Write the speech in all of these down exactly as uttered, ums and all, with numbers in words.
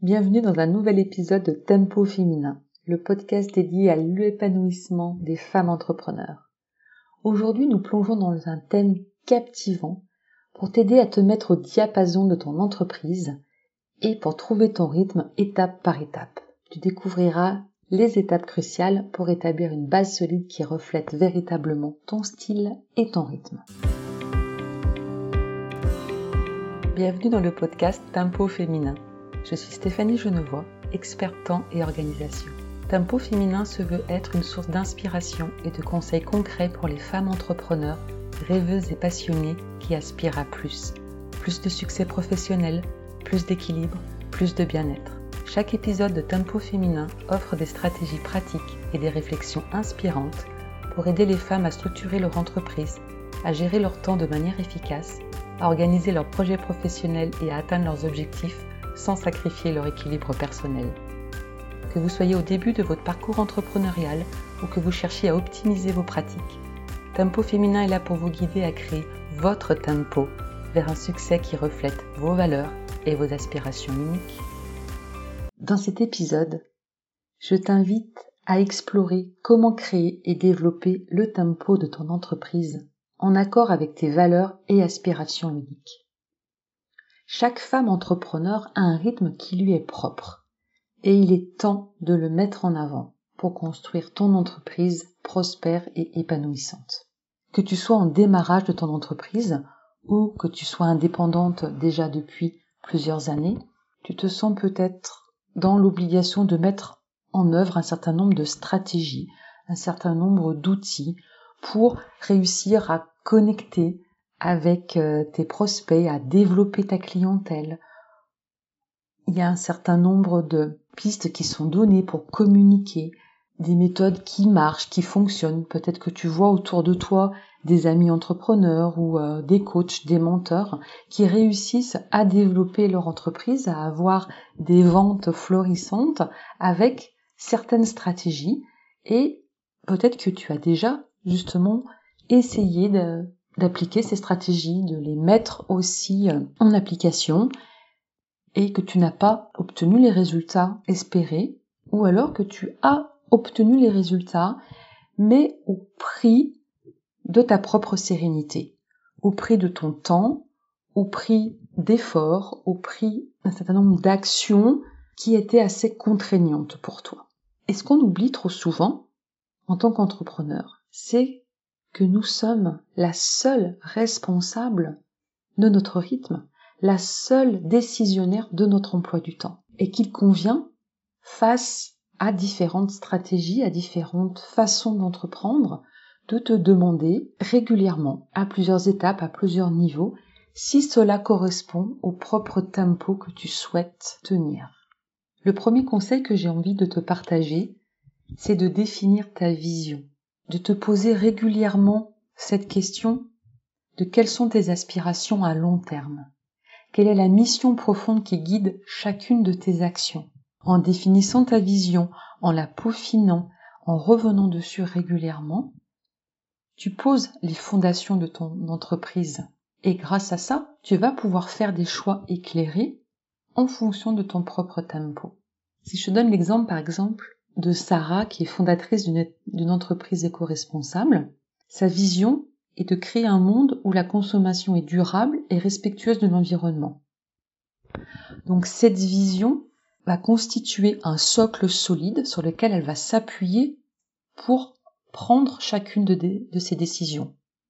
Bienvenue dans un nouvel épisode de Tempo Féminin, le podcast dédié à l'épanouissement des femmes entrepreneurs. Aujourd'hui, nous plongeons dans un thème captivant pour t'aider à te mettre au diapason de ton entreprise et pour trouver ton rythme étape par étape. Tu découvriras les étapes cruciales pour établir une base solide qui reflète véritablement ton style et ton rythme. Bienvenue dans le podcast Tempo Féminin. Je suis Stéphanie Genevois, experte temps et organisation. Tempo Féminin se veut être une source d'inspiration et de conseils concrets pour les femmes entrepreneurs, rêveuses et passionnées qui aspirent à plus. Plus de succès professionnel, plus d'équilibre, plus de bien-être. Chaque épisode de Tempo Féminin offre des stratégies pratiques et des réflexions inspirantes pour aider les femmes à structurer leur entreprise, à gérer leur temps de manière efficace, à organiser leurs projets professionnels et à atteindre leurs objectifs sans sacrifier leur équilibre personnel. Que vous soyez au début de votre parcours entrepreneurial ou que vous cherchiez à optimiser vos pratiques, Tempo Féminin est là pour vous guider à créer votre tempo vers un succès qui reflète vos valeurs et vos aspirations uniques. Dans cet épisode, je t'invite à explorer comment créer et développer le tempo de ton entreprise en accord avec tes valeurs et aspirations uniques. Chaque femme entrepreneur a un rythme qui lui est propre et il est temps de le mettre en avant pour construire ton entreprise prospère et épanouissante. Que tu sois en démarrage de ton entreprise ou que tu sois indépendante déjà depuis plusieurs années, tu te sens peut-être dans l'obligation de mettre en œuvre un certain nombre de stratégies, un certain nombre d'outils pour réussir à connecter avec tes prospects, à développer ta clientèle. Il y a un certain nombre de pistes qui sont données pour communiquer, des méthodes qui marchent, qui fonctionnent. Peut-être que tu vois autour de toi des amis entrepreneurs ou euh, des coachs, des mentors qui réussissent à développer leur entreprise, à avoir des ventes florissantes avec certaines stratégies. Et peut-être que tu as déjà justement essayé de, d'appliquer ces stratégies, de les mettre aussi en application et que tu n'as pas obtenu les résultats espérés, ou alors que tu as obtenu les résultats, mais au prix de ta propre sérénité, au prix de ton temps, au prix d'efforts, au prix d'un certain nombre d'actions qui étaient assez contraignantes pour toi. Et ce qu'on oublie trop souvent, en tant qu'entrepreneur, c'est que nous sommes la seule responsable de notre rythme, la seule décisionnaire de notre emploi du temps, et qu'il convient, face à différentes stratégies, à différentes façons d'entreprendre, de te demander régulièrement, à plusieurs étapes, à plusieurs niveaux, si cela correspond au propre tempo que tu souhaites tenir. Le premier conseil que j'ai envie de te partager, c'est de définir ta vision, de te poser régulièrement cette question de quelles sont tes aspirations à long terme. Quelle est la mission profonde qui guide chacune de tes actions? En définissant ta vision, en la peaufinant, en revenant dessus régulièrement, tu poses les fondations de ton entreprise. Et grâce à ça, tu vas pouvoir faire des choix éclairés en fonction de ton propre tempo. Si je te donne l'exemple, par exemple, de Sarah, qui est fondatrice d'une, d'une entreprise éco-responsable, sa vision est de créer un monde où la consommation est durable et respectueuse de l'environnement. Donc cette vision va constituer un socle solide sur lequel elle va s'appuyer pour prendre chacune de, de, de ses décisions.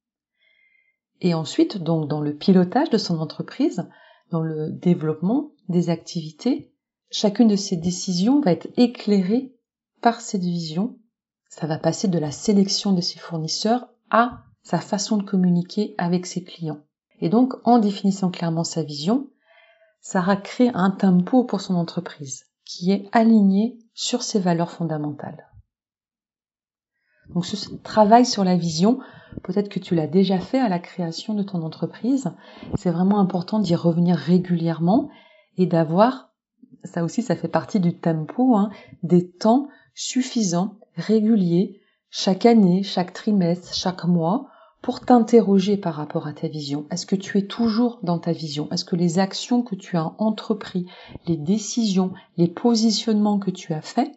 Et ensuite, donc dans le pilotage de son entreprise, dans le développement des activités, chacune de ces décisions va être éclairée par cette vision. Ça va passer de la sélection de ses fournisseurs à sa façon de communiquer avec ses clients. Et donc, en définissant clairement sa vision, Sarah crée un tempo pour son entreprise qui est aligné sur ses valeurs fondamentales. Donc ce travail sur la vision, peut-être que tu l'as déjà fait à la création de ton entreprise, c'est vraiment important d'y revenir régulièrement et d'avoir, ça aussi ça fait partie du tempo, hein, des temps suffisants, réguliers, chaque année, chaque trimestre, chaque mois, pour t'interroger par rapport à ta vision. Est-ce que tu es toujours dans ta vision? Est-ce que les actions que tu as entreprises, les décisions, les positionnements que tu as faits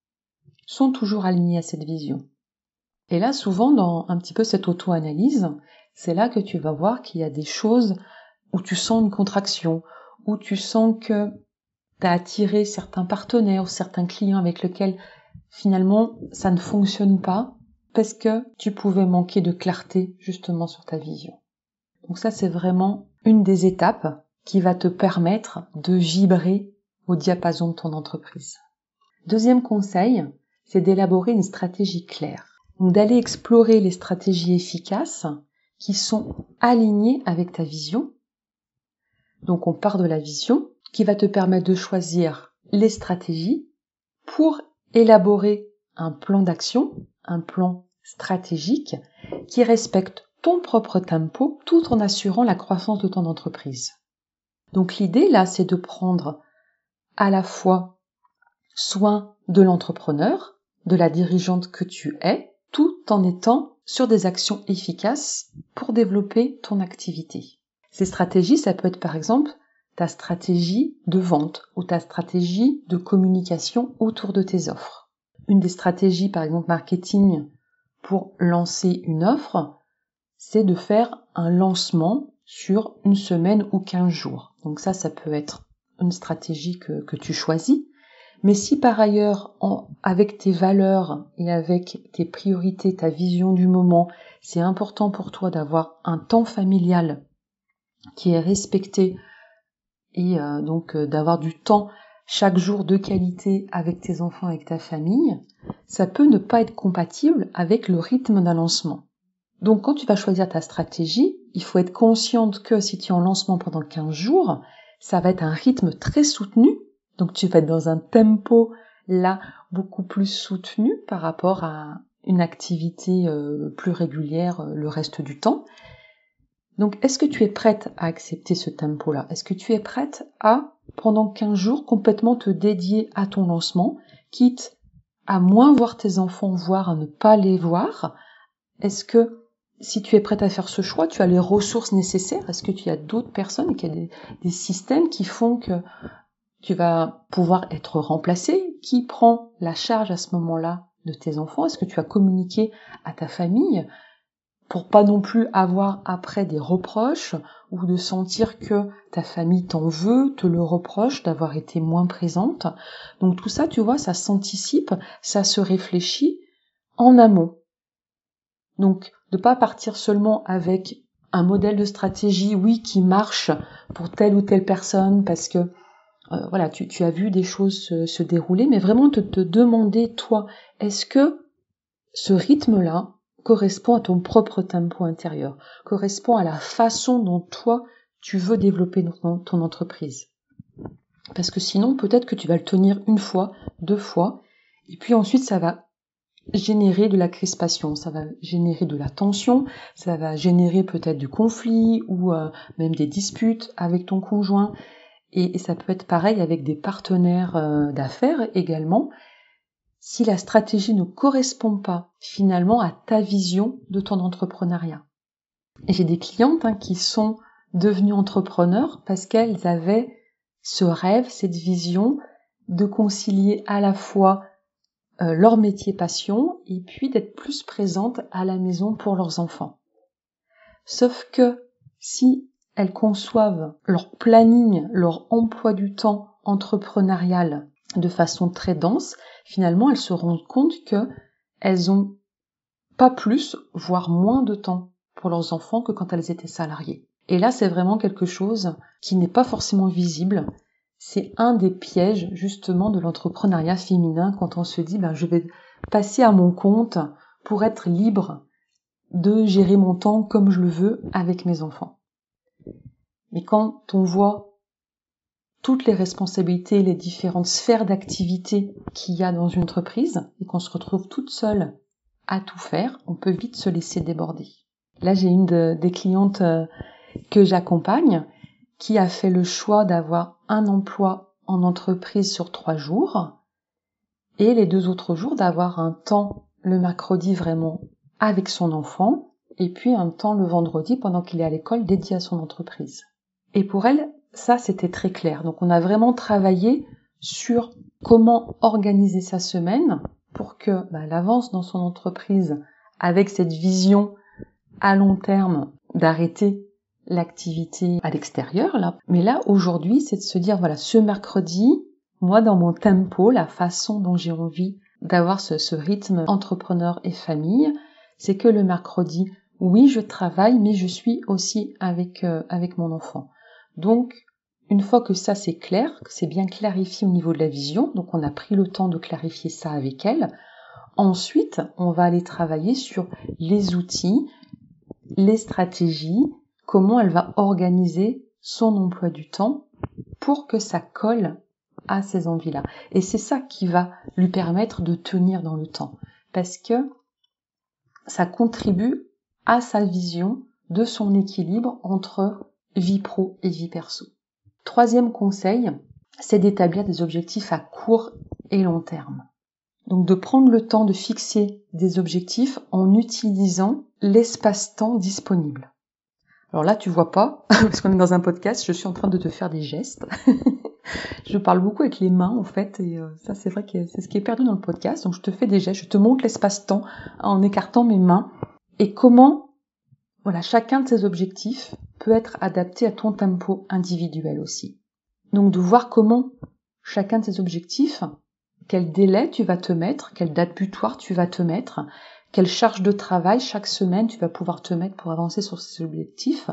sont toujours alignés à cette vision? Et là, souvent, dans un petit peu cette auto-analyse, c'est là que tu vas voir qu'il y a des choses où tu sens une contraction, où tu sens que tu as attiré certains partenaires ou certains clients avec lesquels finalement ça ne fonctionne pas parce que tu pouvais manquer de clarté justement sur ta vision. Donc ça, c'est vraiment une des étapes qui va te permettre de vibrer au diapason de ton entreprise. Deuxième conseil, c'est d'élaborer une stratégie claire. Donc d'aller explorer les stratégies efficaces qui sont alignées avec ta vision. Donc on part de la vision qui va te permettre de choisir les stratégies pour élaborer un plan d'action, un plan stratégique qui respecte ton propre tempo tout en assurant la croissance de ton entreprise. Donc l'idée là, c'est de prendre à la fois soin de l'entrepreneur, de la dirigeante que tu es, tout en étant sur des actions efficaces pour développer ton activité. Ces stratégies, ça peut être par exemple ta stratégie de vente ou ta stratégie de communication autour de tes offres. Une des stratégies, par exemple marketing, pour lancer une offre, c'est de faire un lancement sur une semaine ou quinze jours. Donc ça, ça peut être une stratégie que, que tu choisis. Mais si par ailleurs, en, avec tes valeurs et avec tes priorités, ta vision du moment, c'est important pour toi d'avoir un temps familial qui est respecté et euh, donc euh, d'avoir du temps chaque jour de qualité avec tes enfants, avec ta famille, ça peut ne pas être compatible avec le rythme d'un lancement. Donc quand tu vas choisir ta stratégie, il faut être consciente que si tu es en lancement pendant quinze jours, ça va être un rythme très soutenu, donc tu vas être dans un tempo là beaucoup plus soutenu par rapport à une activité euh, plus régulière euh, le reste du temps. Donc, est-ce que tu es prête à accepter ce tempo-là? Est-ce que tu es prête à, pendant quinze jours, complètement te dédier à ton lancement, quitte à moins voir tes enfants, voire à ne pas les voir? Est-ce que, si tu es prête à faire ce choix, tu as les ressources nécessaires? Est-ce que tu as d'autres personnes, qu'il y a des, des systèmes qui font que tu vas pouvoir être remplacé? Qui prend la charge à ce moment-là de tes enfants? Est-ce que tu as communiqué à ta famille pour pas non plus avoir après des reproches ou de sentir que ta famille t'en veut, te le reproche d'avoir été moins présente? Donc tout ça, tu vois, ça s'anticipe, ça se réfléchit en amont. Donc de pas partir seulement avec un modèle de stratégie, oui, qui marche pour telle ou telle personne parce que euh, voilà, tu, tu as vu des choses se, se dérouler, mais vraiment te, te demander, toi, est-ce que ce rythme-là correspond à ton propre tempo intérieur, correspond à la façon dont toi, tu veux développer ton, ton entreprise. Parce que sinon, peut-être que tu vas le tenir une fois, deux fois, et puis ensuite, ça va générer de la crispation, ça va générer de la tension, ça va générer peut-être du conflit ou euh, même des disputes avec ton conjoint. Et, et ça peut être pareil avec des partenaires euh, d'affaires également. Si la stratégie ne correspond pas finalement à ta vision de ton entrepreneuriat. Et j'ai des clientes hein, qui sont devenues entrepreneurs parce qu'elles avaient ce rêve, cette vision de concilier à la fois euh, leur métier passion et puis d'être plus présentes à la maison pour leurs enfants. Sauf que si elles conçoivent leur planning, leur emploi du temps entrepreneurial de façon très dense, finalement, elles se rendent compte que elles ont pas plus, voire moins de temps pour leurs enfants que quand elles étaient salariées. Et là, c'est vraiment quelque chose qui n'est pas forcément visible. C'est un des pièges, justement, de l'entrepreneuriat féminin quand on se dit, ben, je vais passer à mon compte pour être libre de gérer mon temps comme je le veux avec mes enfants. Mais quand on voit toutes les responsabilités, les différentes sphères d'activité qu'il y a dans une entreprise et qu'on se retrouve toute seule à tout faire, on peut vite se laisser déborder. Là, j'ai une de, des clientes euh, que j'accompagne qui a fait le choix d'avoir un emploi en entreprise sur trois jours et les deux autres jours d'avoir un temps le mercredi vraiment avec son enfant et puis un temps le vendredi pendant qu'il est à l'école dédié à son entreprise. Et pour elle, ça c'était très clair. Donc on a vraiment travaillé sur comment organiser sa semaine pour que bah, elle avance dans son entreprise avec cette vision à long terme d'arrêter l'activité à l'extérieur, là. Mais là, aujourd'hui, c'est de se dire, voilà, ce mercredi, moi, dans mon tempo, la façon dont j'ai envie d'avoir ce, ce rythme entrepreneur et famille, c'est que le mercredi, oui, je travaille, mais je suis aussi avec, euh, avec mon enfant. Donc, une fois que ça c'est clair, que c'est bien clarifié au niveau de la vision, donc on a pris le temps de clarifier ça avec elle, ensuite, on va aller travailler sur les outils, les stratégies, comment elle va organiser son emploi du temps pour que ça colle à ces envies-là. Et c'est ça qui va lui permettre de tenir dans le temps, parce que ça contribue à sa vision de son équilibre entre vie pro et vie perso. Troisième conseil, c'est d'établir des objectifs à court et long terme. Donc de prendre le temps de fixer des objectifs en utilisant l'espace-temps disponible. Alors là, tu vois pas, parce qu'on est dans un podcast, je suis en train de te faire des gestes. Je parle beaucoup avec les mains, en fait, et euh, ça, c'est vrai que c'est ce qui est perdu dans le podcast. Donc, je te fais des gestes, je te montre l'espace-temps en écartant mes mains. Et comment, voilà, chacun de ces objectifs peut être adapté à ton tempo individuel aussi. Donc, de voir comment chacun de ces objectifs, quel délai tu vas te mettre, quelle date butoir tu vas te mettre, quelle charge de travail chaque semaine tu vas pouvoir te mettre pour avancer sur ces objectifs,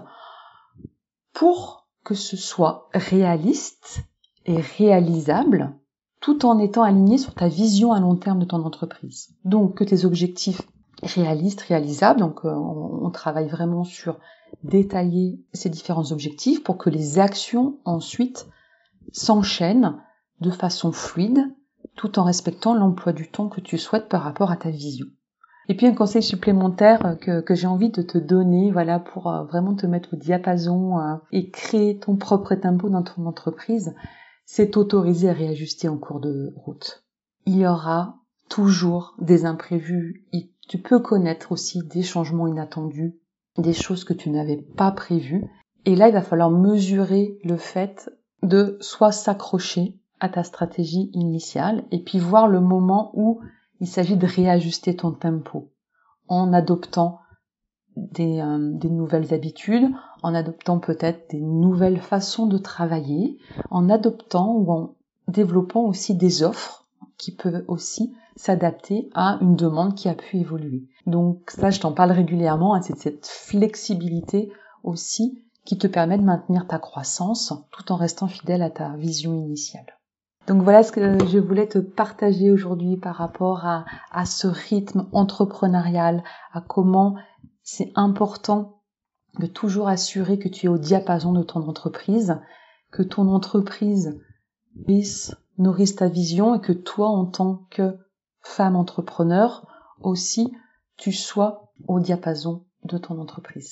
pour que ce soit réaliste et réalisable, tout en étant aligné sur ta vision à long terme de ton entreprise. Donc, que tes objectifs réalistes, réalisables, donc euh, on, on travaille vraiment sur détailler ces différents objectifs pour que les actions ensuite s'enchaînent de façon fluide, tout en respectant l'emploi du temps que tu souhaites par rapport à ta vision. Et puis un conseil supplémentaire que, que j'ai envie de te donner, voilà, pour euh, vraiment te mettre au diapason euh, et créer ton propre tempo dans ton entreprise, c'est t'autoriser à réajuster en cours de route. Il y aura toujours des imprévus et tu peux connaître aussi des changements inattendus, des choses que tu n'avais pas prévues. Et là, il va falloir mesurer le fait de soit s'accrocher à ta stratégie initiale et puis voir le moment où il s'agit de réajuster ton tempo en adoptant des, euh, des nouvelles habitudes, en adoptant peut-être des nouvelles façons de travailler, en adoptant ou en développant aussi des offres qui peuvent aussi s'adapter à une demande qui a pu évoluer. Donc ça, je t'en parle régulièrement, hein, c'est cette flexibilité aussi qui te permet de maintenir ta croissance tout en restant fidèle à ta vision initiale. Donc voilà ce que je voulais te partager aujourd'hui par rapport à, à ce rythme entrepreneurial, à comment c'est important de toujours assurer que tu es au diapason de ton entreprise, que ton entreprise puisse nourrir ta vision et que toi, en tant que femme entrepreneur, aussi, tu sois au diapason de ton entreprise.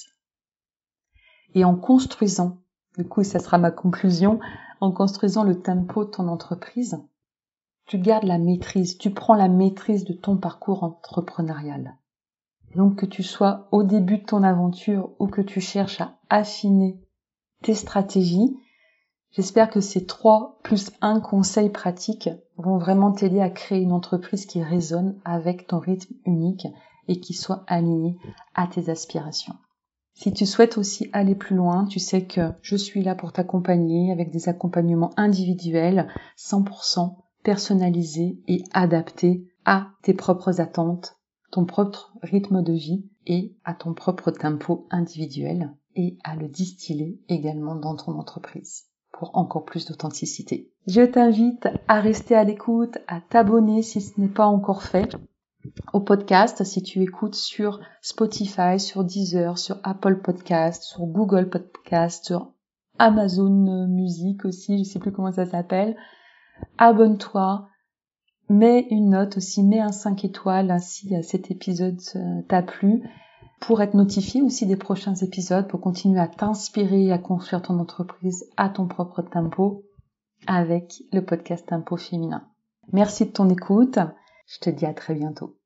Et en construisant, du coup, ça sera ma conclusion, en construisant le tempo de ton entreprise, tu gardes la maîtrise, tu prends la maîtrise de ton parcours entrepreneurial. Et donc que tu sois au début de ton aventure ou que tu cherches à affiner tes stratégies, j'espère que ces trois plus un conseil pratique vont vraiment t'aider à créer une entreprise qui résonne avec ton rythme unique et qui soit alignée à tes aspirations. Si tu souhaites aussi aller plus loin, tu sais que je suis là pour t'accompagner avec des accompagnements individuels, cent pour cent personnalisés et adaptés à tes propres attentes, ton propre rythme de vie et à ton propre tempo individuel et à le distiller également dans ton entreprise pour encore plus d'authenticité. Je t'invite à rester à l'écoute, à t'abonner si ce n'est pas encore fait au podcast, si tu écoutes sur Spotify, sur Deezer, sur Apple Podcast, sur Google Podcast, sur Amazon Music aussi, je sais plus comment ça s'appelle. Abonne-toi, mets une note aussi, mets un cinq étoiles si cet épisode t'a plu, pour être notifié aussi des prochains épisodes, pour continuer à t'inspirer et à construire ton entreprise à ton propre tempo avec le podcast Tempo Féminin. Merci de ton écoute, je te dis à très bientôt.